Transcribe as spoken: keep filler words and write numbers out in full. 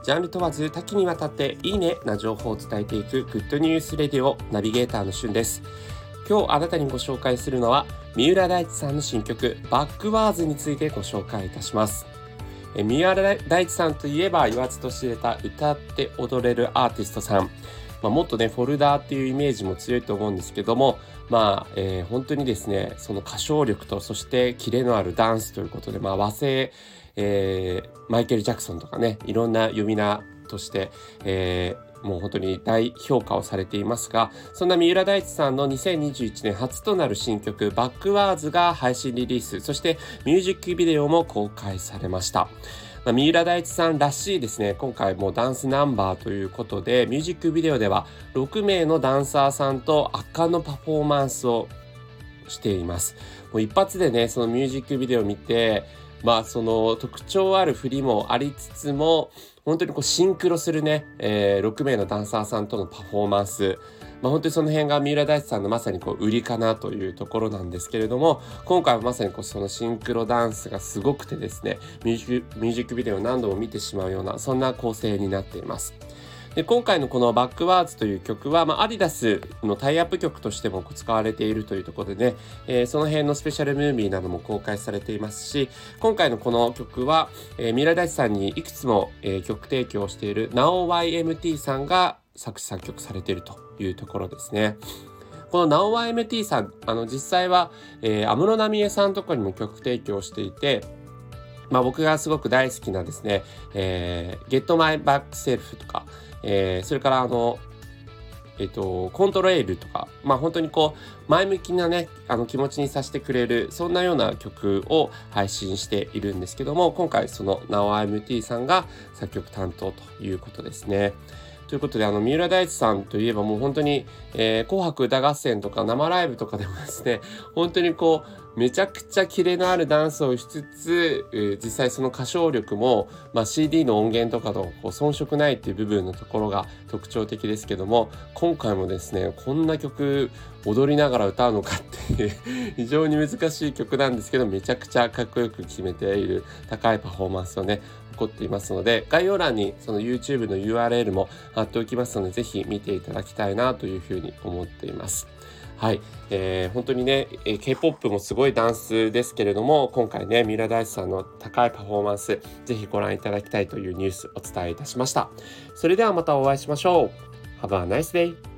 ジャンル問わず多岐にわたっていいねな情報を伝えていくグッドニュースレディオナビゲーターのしゅんです。今日あなたにご紹介するのは三浦大知さんの新曲バックワーズについてご紹介いたします。え三浦大知さんといえば言わずと知れた歌って踊れるアーティストさん、まあ、もっとねフォルダーっていうイメージも強いと思うんですけども、まあえー、本当にですねその歌唱力とそしてキレのあるダンスということで、まあ、和製、えー、マイケル・ジャクソンとかねいろんな呼び名として、えーもう本当に大評価をされていますが、そんな三浦大知さんのにせんにじゅういちねん初となる新曲バックワーズが配信リリース、そしてミュージックビデオも公開されました。まあ、三浦大知さんらしいですね、今回もダンスナンバーということで、ミュージックビデオではろくめいのダンサーさんと圧巻のパフォーマンスをしています。もう一発でね、そのミュージックビデオを見て、まあその特徴ある振りもありつつも本当にこうシンクロするね、えー、ろくめいのダンサーさんとのパフォーマンス、まあ、本当にその辺が三浦大知さんのまさにこう売りかなというところなんですけれども、今回はまさにこうそのシンクロダンスがすごくてですね、ミュージック、ミュージックビデオを何度も見てしまうようなそんな構成になっています。で今回のこのバックワーズという曲は、まあ、アディダスのタイアップ曲としても使われているというところでね、えー、その辺のスペシャルムービーなども公開されていますし、今回のこの曲は、えー、三浦大知さんにいくつも、えー、曲提供している ナオワイエムティー さんが作詞作曲されているというところですね。この ナオワイエムティー さん、あの実際は安室奈美恵さんとかにも曲提供していて、まあ、僕がすごく大好きなですね、えー、Get My Back Self とか、えー、それからあの、えっと、コントロールとか、まあ本当にこう、前向きなね、あの気持ちにさせてくれる、そんなような曲を配信しているんですけども、今回その ナオワイエムティー さんが作曲担当ということですね。ということで、あの、三浦大知さんといえばもう本当に、えー、紅白歌合戦とか生ライブとかでもですね、本当にこう、めちゃくちゃキレのあるダンスをしつつ、えー、実際その歌唱力も、まあ、シーディー の音源とかとこう遜色ないっていう部分のところが特徴的ですけども、今回もですね、こんな曲踊りながら歌うのかっていう非常に難しい曲なんですけど、めちゃくちゃかっこよく決めている高いパフォーマンスをね、残っていますので、概要欄にその YouTube の ユーアールエル も貼っておきますので、ぜひ見ていただきたいなというふうに思っています。はい、えー、本当にね、えー、K-ポップ もすごいダンスですけれども、今回ね、三浦大知さんの高いパフォーマンス、ぜひご覧いただきたいというニュースをお伝えいたしました。それではまたお会いしましょう。Have a nice day!